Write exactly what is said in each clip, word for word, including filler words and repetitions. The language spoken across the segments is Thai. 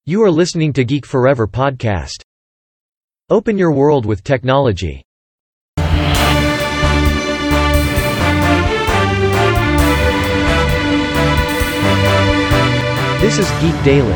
You are listening to Geek Forever podcast. Open your world with technology. This is Geek Daily.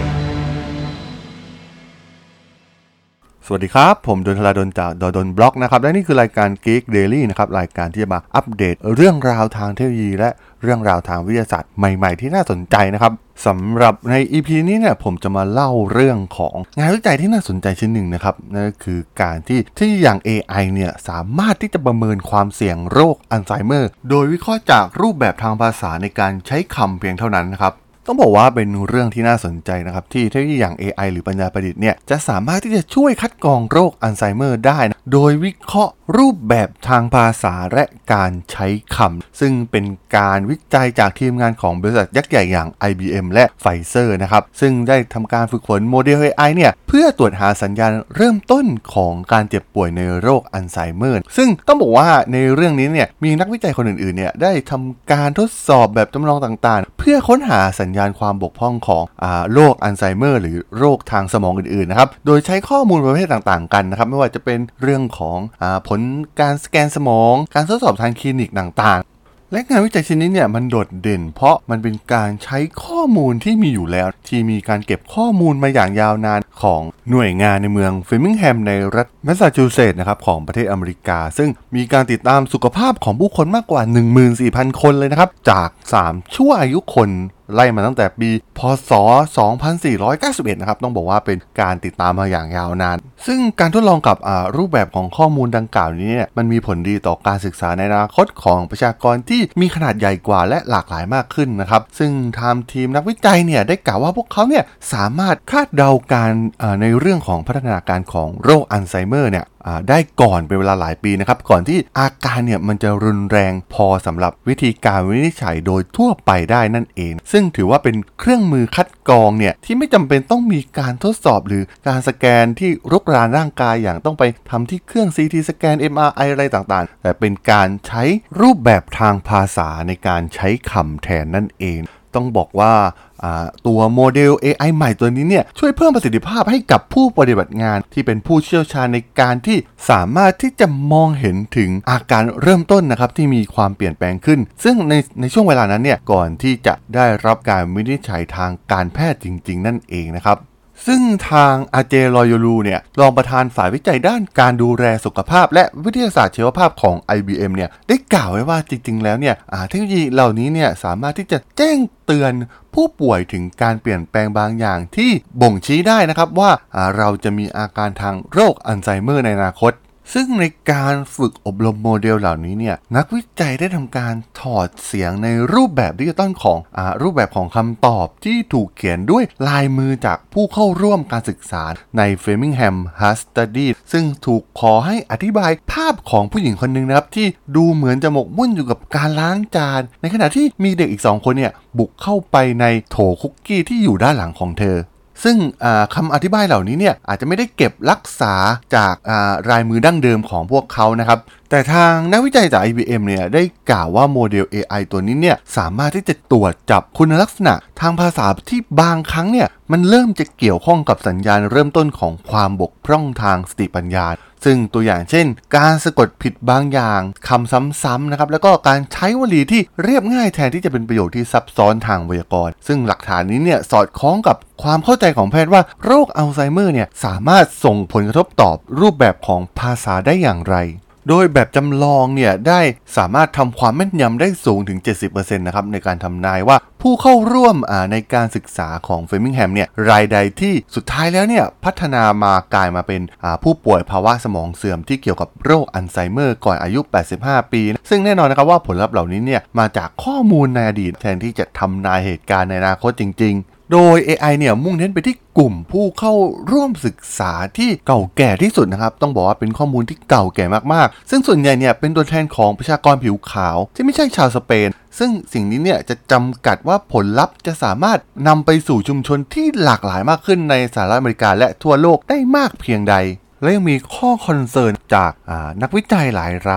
สวัสดีครับผมดนทราดลจากดนดนบล็อกนะครับและนี่คือรายการ Geek Daily นะครับรายการที่จะมาอัปเดตเรื่องราวทางเทคโนโลยีและเรื่องราวทางวิทยาศาสตร์ใหม่ๆที่น่าสนใจนะครับสำหรับใน อี พี นี้เนี่ยผมจะมาเล่าเรื่องของงานวิจัยที่น่าสนใจชิ้นหนึ่งนะครับนั่นก็คือการที่ที่อย่าง เอ ไอ เนี่ยสามารถที่จะประเมินความเสี่ยงโรคอัลไซเมอร์โดยวิเคราะห์จากรูปแบบทางภาษาในการใช้คำเพียงเท่านั้นนะครับต้องบอกว่าเป็นเรื่องที่น่าสนใจนะครับที่เทคโนโลยีอย่าง เอ ไอ หรือปัญญาประดิษฐ์เนี่ยจะสามารถที่จะช่วยคัดกรองโรคอัลไซเมอร์ได้นะโดยวิเคราะห์รูปแบบทางภาษาและการใช้คำซึ่งเป็นการวิจัยจากทีมงานของบริษัทยักษ์ใหญ่อย่าง ไอ บี เอ็ม และ Pfizer นะครับซึ่งได้ทำการฝึกฝนโมเดล เอ ไอ เนี่ยเพื่อตรวจหาสัญญาณเริ่มต้นของการเจ็บป่วยในโรคอัลไซเมอร์ซึ่งต้องบอกว่าในเรื่องนี้เนี่ยมีนักวิจัยคนอื่นๆเนี่ยได้ทำการทดสอบแบบจำลองต่างๆเพื่อค้นหาสัญญาณความบกพร่องของอ่าโรคอัลไซเมอร์หรือโรคทางสมองอื่นๆนะครับโดยใช้ข้อมูลประเภทต่างๆกันนะครับไม่ว่าจะเป็นเรื่องของอ่าผลการสแกนสมองการทดสอบทางคลินิกต่างๆและงานวิจัยชิ้นนี้เนี่ยมันโดดเด่นเพราะมันเป็นการใช้ข้อมูลที่มีอยู่แล้วที่มีการเก็บข้อมูลมาอย่างยาวนานของหน่วยงานในเมืองเฟรมิงแฮมในรัฐแมสซาชูเซตส์นะครับของประเทศอเมริกาซึ่งมีการติดตามสุขภาพของผู้คนมากกว่า หนึ่งหมื่นสี่พัน คนเลยนะครับจากสามชั่วอายุคนไล่มาตั้งแต่ปีพ.ศ. สองพันสี่ร้อยเก้าสิบเอ็ดนะครับต้องบอกว่าเป็นการติดตามมาอย่างยาวนานซึ่งการทดลองกับรูปแบบของข้อมูลดังกล่าวนี้เนี่ยมันมีผลดีต่อการศึกษาในอนาคตของประชากรที่มีขนาดใหญ่กว่าและหลากหลายมากขึ้นนะครับซึ่งทางทีมนักวิจัยเนี่ยได้กล่าวว่าพวกเขาเนี่ยสามารถคาดเดาการในเรื่องของพัฒนาการของโรคอัลไซเมอร์เนี่ยได้ก่อนเป็นเวลาหลายปีนะครับก่อนที่อาการเนี่ยมันจะรุนแรงพอสำหรับวิธีการวินิจฉัยโดยทั่วไปได้นั่นเองซึ่งถือว่าเป็นเครื่องมือคัดกรองเนี่ยที่ไม่จำเป็นต้องมีการทดสอบหรือการสแกนที่รุกรานร่างกายอย่างต้องไปทำที่เครื่อง ซี ที สแกน เอ็ม อาร์ ไอ อะไรต่างๆแต่เป็นการใช้รูปแบบทางภาษาในการใช้คำแทนนั่นเองต้องบอกว่าตัวโมเดล เอ ไอ ใหม่ตัวนี้เนี่ยช่วยเพิ่มประสิทธิภาพให้กับผู้ปฏิบัติงานที่เป็นผู้เชี่ยวชาญในการที่สามารถที่จะมองเห็นถึงอาการเริ่มต้นนะครับที่มีความเปลี่ยนแปลงขึ้นซึ่งในในช่วงเวลานั้นเนี่ยก่อนที่จะได้รับการวินิจฉัยทางการแพทย์จริงๆนั่นเองนะครับซึ่งทางอาเจรอยลูเนี่ยรองประธานฝ่ายวิจัยด้านการดูแลสุขภาพและวิทยาศาสตร์ชีวภาพของ ไอ บี เอ็ม เนี่ยได้กล่าวไว้ว่าจริงๆแล้วเนี่ยเทคโนโลยีเหล่านี้เนี่ยสามารถที่จะแจ้งเตือนผู้ป่วยถึงการเปลี่ยนแปลงบางอย่างที่บ่งชี้ได้นะครับว่าเราจะมีอาการทางโรคอัลไซเมอร์ในอนาคตซึ่งในการฝึกอบรมโมเดลเหล่านี้เนี่ยนักวิจัยได้ทำการถอดเสียงในรูปแบบดิจิตอลของอ่ารูปแบบของคำตอบที่ถูกเขียนด้วยลายมือจากผู้เข้าร่วมการศึกษาใน Framingham Health Study ซึ่งถูกขอให้อธิบายภาพของผู้หญิงคนหนึ่งนะครับที่ดูเหมือนจะหมกมุ่นอยู่กับการล้างจานในขณะที่มีเด็กอีกสองคนเนี่ยบุกเข้าไปในโถคุกกี้ที่อยู่ด้านหลังของเธอซึ่งคำอธิบายเหล่านี้เนี่ยอาจจะไม่ได้เก็บรักษาจากลายมือดั้งเดิมของพวกเขานะครับแต่ทางนักวิจัยจาก ไอ บี เอ็ม เนี่ยได้กล่าวว่าโมเดล เอ ไอ ตัวนี้เนี่ยสามารถที่จะตรวจจับคุณลักษณะทางภาษาที่บางครั้งเนี่ยมันเริ่มจะเกี่ยวข้องกับสัญญาณเริ่มต้นของความบกพร่องทางสติปัญญาซึ่งตัวอย่างเช่นการสะกดผิดบางอย่างคำซ้ำๆนะครับแล้วก็การใช้วลีที่เรียบง่ายแทนที่จะเป็นประโยคที่ซับซ้อนทางไวยากรณ์ซึ่งหลักฐานนี้เนี่ยสอดคล้องกับความเข้าใจของแพทย์ว่าโรคอัลไซเมอร์เนี่ยสามารถส่งผลกระทบต่อรูปแบบของภาษาได้อย่างไรโดยแบบจำลองเนี่ยได้สามารถทำความแม่นยำได้สูงถึง เจ็ดสิบเปอร์เซ็นต์ นะครับในการทำนายว่าผู้เข้าร่วมในการศึกษาของเฟรมิงแฮมเนี่ยรายใดที่สุดท้ายแล้วเนี่ยพัฒนามากลายมาเป็นผู้ป่วยภาวะสมองเสื่อมที่เกี่ยวกับโรคอัลไซเมอร์ก่อนอายุแปดสิบห้าปีซึ่งแน่นอนนะครับว่าผลลัพธ์เหล่านี้เนี่ยมาจากข้อมูลในอดีตแทนที่จะทำนายเหตุการณ์ในอนาคตจริงๆโดย เอ ไอ เนี่ยมุ่งเน้นไปที่กลุ่มผู้เข้าร่วมศึกษาที่เก่าแก่ที่สุดนะครับต้องบอกว่าเป็นข้อมูลที่เก่าแก่มากๆซึ่งส่วนใหญ่เนี่ยเป็นตัวแทนของประชากรผิวขาวที่ไม่ใช่ชาวสเปนซึ่งสิ่งนี้เนี่ยจะจำกัดว่าผลลัพธ์จะสามารถนำไปสู่ชุมชนที่หลากหลายมากขึ้นในสหรัฐอเมริกาและทั่วโลกได้มากเพียงใดและยังมีข้อคอนเซิร์นจากนักวิจัยหลายราย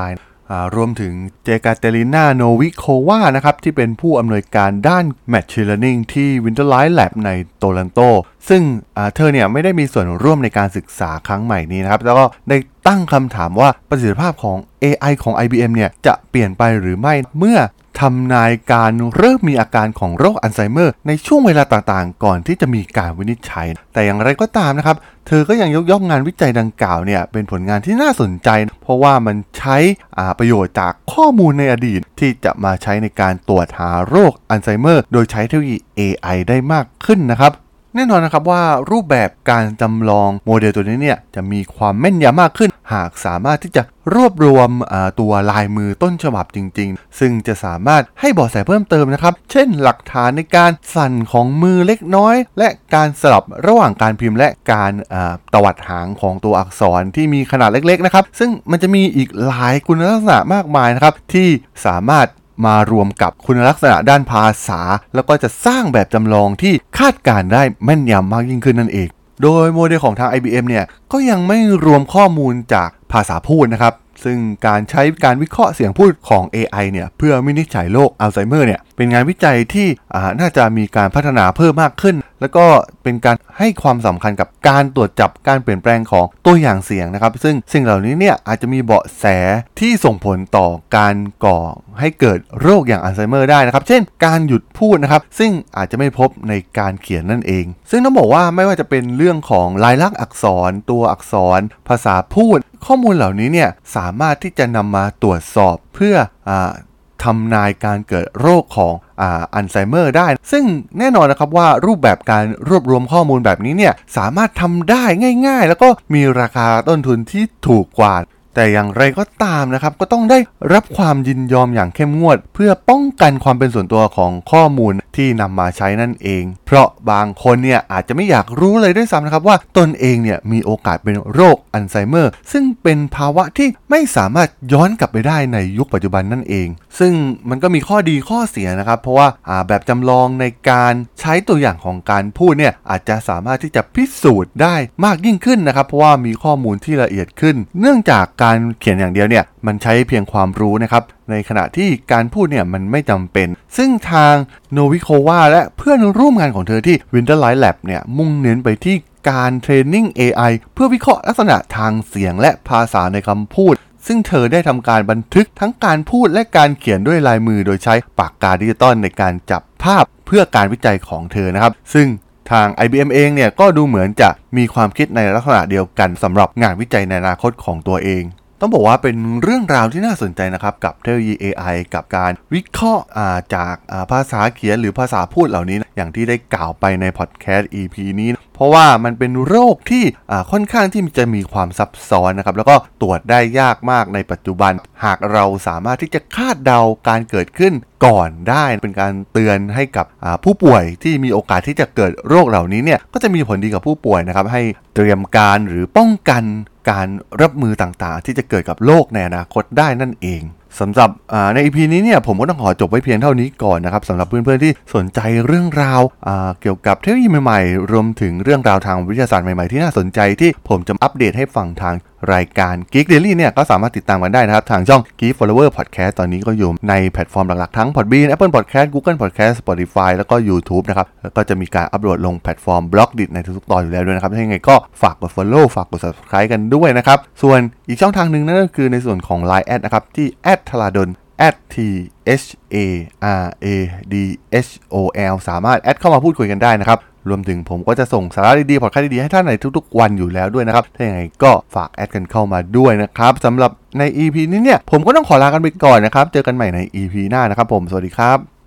รวมถึงเจกาเตลิน่าโนวิโควานะครับที่เป็นผู้อำนวยการด้าน Machine Learning ที่ Winterlight Lab ในโตลันโตซึ่งเธอเนี่ยไม่ได้มีส่วนร่วมในการศึกษาครั้งใหม่นี้นะครับแล้วก็ได้ตั้งคำถามว่าประสิทธิภาพของ เอ ไอ ของ ไอ บี เอ็ม เนี่ยจะเปลี่ยนไปหรือไม่เมื่อทำนายการเริ่มมีอาการของโรคอัลไซเมอร์ในช่วงเวลาต่างๆก่อนที่จะมีการวินิจฉัยแต่อย่างไรก็ตามนะครับเธอก็ยังยกย่องงานวิจัยดังกล่าวเนี่ยเป็นผลงานที่น่าสนใจเพราะว่ามันใช้ประโยชน์จากข้อมูลในอดีตที่จะมาใช้ในการตรวจหาโรคอัลไซเมอร์โดยใช้เทคโนโลยี เอ ไอ ได้มากขึ้นนะครับแน่นอนนะครับว่ารูปแบบการจำลองโมเดลตัวนี้เนี่ยจะมีความแม่นยำมากขึ้นหากสามารถที่จะรวบรวมตัวลายมือต้นฉบับจริงๆซึ่งจะสามารถให้เบาะแสเพิ่มเติมนะครับเช่นหลักฐานในการสั่นของมือเล็กน้อยและการสลับระหว่างการพิมพ์และการตวัดหางของตัวอักษรที่มีขนาดเล็กๆนะครับซึ่งมันจะมีอีกหลายคุณลักษณะมากมายนะครับที่สามารถมารวมกับคุณลักษณะด้านภาษาแล้วก็จะสร้างแบบจำลองที่คาดการได้แม่นยำมากยิ่งขึ้นนั่นเองโดยโมเดลของทาง ไอ บี เอ็ม เนี่ยก็ยังไม่รวมข้อมูลจากภาษาพูดนะครับซึ่งการใช้การวิเคราะห์เสียงพูดของ เอ ไอ เนี่ยเพื่อวินิจฉัยโรคอัลไซเมอร์เนี่ยเป็นงานวิจัยที่น่าจะมีการพัฒนาเพิ่มมากขึ้นแล้วก็เป็นการให้ความสำคัญกับการตรวจจับการเปลี่ยนแปลงของตัวอย่างเสียงนะครับซึ่งสิ่งเหล่านี้เนี่ยอาจจะมีเบาะแสที่ส่งผลต่อการก่อให้เกิดโรคอย่างอัลไซเมอร์ได้นะครับเช่นการหยุดพูดนะครับซึ่งอาจจะไม่พบในการเขียนนั่นเองซึ่งต้องบอกว่าไม่ว่าจะเป็นเรื่องของลายลักษณ์อักษรตัวอักษรภาษาพูดข้อมูลเหล่านี้เนี่ยสามารถที่จะนำมาตรวจสอบเพื่ออ่าทำนายการเกิดโรคของอ่าอัลไซเมอร์ได้ซึ่งแน่นอนนะครับว่ารูปแบบการรวบรวมข้อมูลแบบนี้เนี่ยสามารถทำได้ง่ายๆแล้วก็มีราคาต้นทุนที่ถูกกว่าแต่อย่างไรก็ตามนะครับก็ต้องได้รับความยินยอมอย่างเข้มงวดเพื่อป้องกันความเป็นส่วนตัวของข้อมูลที่นำมาใช้นั่นเองเพราะบางคนเนี่ยอาจจะไม่อยากรู้เลยด้วยซ้ำนะครับว่าตนเองเนี่ยมีโอกาสเป็นโรคอัลไซเมอร์ซึ่งเป็นภาวะที่ไม่สามารถย้อนกลับไปได้ในยุคปัจจุบันนั่นเองซึ่งมันก็มีข้อดีข้อเสียนะครับเพราะว่าแบบจำลองในการใช้ตัวอย่างของการพูดเนี่ยอาจจะสามารถที่จะพิสูจน์ได้มากยิ่งขึ้นนะครับเพราะว่ามีข้อมูลที่ละเอียดขึ้นเนื่องจากการเขียนอย่างเดียวเนี่ยมันใช้เพียงความรู้นะครับในขณะที่การพูดเนี่ยมันไม่จำเป็นซึ่งทางโนวิโควาและเพื่อนร่วมงานของเธอที่ Winterlight Lab เนี่ยมุ่งเน้นไปที่การเทรนนิ่ง เอ ไอ เพื่อวิเคราะห์ลักษณะทางเสียงและภาษาในคำพูดซึ่งเธอได้ทำการบันทึกทั้งการพูดและการเขียนด้วยลายมือโดยใช้ปากกาดิจิตอลในการจับภาพเพื่อการวิจัยของเธอนะครับซึ่งทาง ไอ บี เอ็ม เองเนี่ยก็ดูเหมือนจะมีความคิดในลักษณะเดียวกันสำหรับงานวิจัยในอนาคตของตัวเองต้องบอกว่าเป็นเรื่องราวที่น่าสนใจนะครับกับเทคโนโลยี เอ ไอ กับการวิเคราะห์จากภาษาเขียนหรือภาษาพูดเหล่านี้อย่างที่ได้กล่าวไปในพอดแคสต์ อี พี นี้เพราะว่ามันเป็นโรคที่ค่อนข้างที่จะมีความซับซ้อนนะครับแล้วก็ตรวจได้ยากมากในปัจจุบันหากเราสามารถที่จะคาดเดาการเกิดขึ้นก่อนได้เป็นการเตือนให้กับผู้ป่วยที่มีโอกาสที่จะเกิดโรคเหล่านี้เนี่ยก็จะมีผลดีกับผู้ป่วยนะครับให้เตรียมการหรือป้องกันการรับมือต่างๆที่จะเกิดกับโรคในอนาคตได้นั่นเองสำหรับใน อี พี นี้เนี่ยผมก็ต้องขอจบไว้เพียงเท่านี้ก่อนนะครับสำหรับเพื่อนๆที่สนใจเรื่องราวเกี่ยวกับเทคโนโลยีใหม่ๆรวมถึงเรื่องราวทางวิทยาศาสตร์ใหม่ๆที่น่าสนใจที่ผมจะอัปเดตให้ฟังทางรายการ Geek Daily เนี่ยก็สามารถติดตามกันได้นะครับทางช่อง Geek Flower Podcast ตอนนี้ก็อยู่ในแพลตฟอร์มหลักๆทั้ง Podbean Apple Podcast Google Podcast Spotify แล้วก็ YouTube นะครับแล้วก็จะมีการอัปโหลดลงแพลตฟอร์ม Blogdit ในทุกๆตอนอยู่แล้วด้วยนะครับถ้าอย่างไรก็ฝากกด Follow ฝากกด Subscribe กันด้วยนะครับส่วนอีกช่องทางนึงนั่นก็คือในส่วนของ ไลน์ แอด นะครับที่ แอท ทราดล แอท ที เอช เอ อาร์ เอ ดี เอช โอ แอล สามารถแอดเข้ามาพูดคุยกันได้นะครับรวมถึงผมก็จะส่งสาระดีๆพอดคาสต์ดีๆให้ท่านในทุกๆวันอยู่แล้วด้วยนะครับถ้าอย่างไรก็ฝากแอดกันเข้ามาด้วยนะครับสำหรับใน อี พี นี้เนี่ยผมก็ต้องขอลากันไปก่อนนะครับเจอกันใหม่ใน อี พี หน้านะครับผมสวัสดีครับ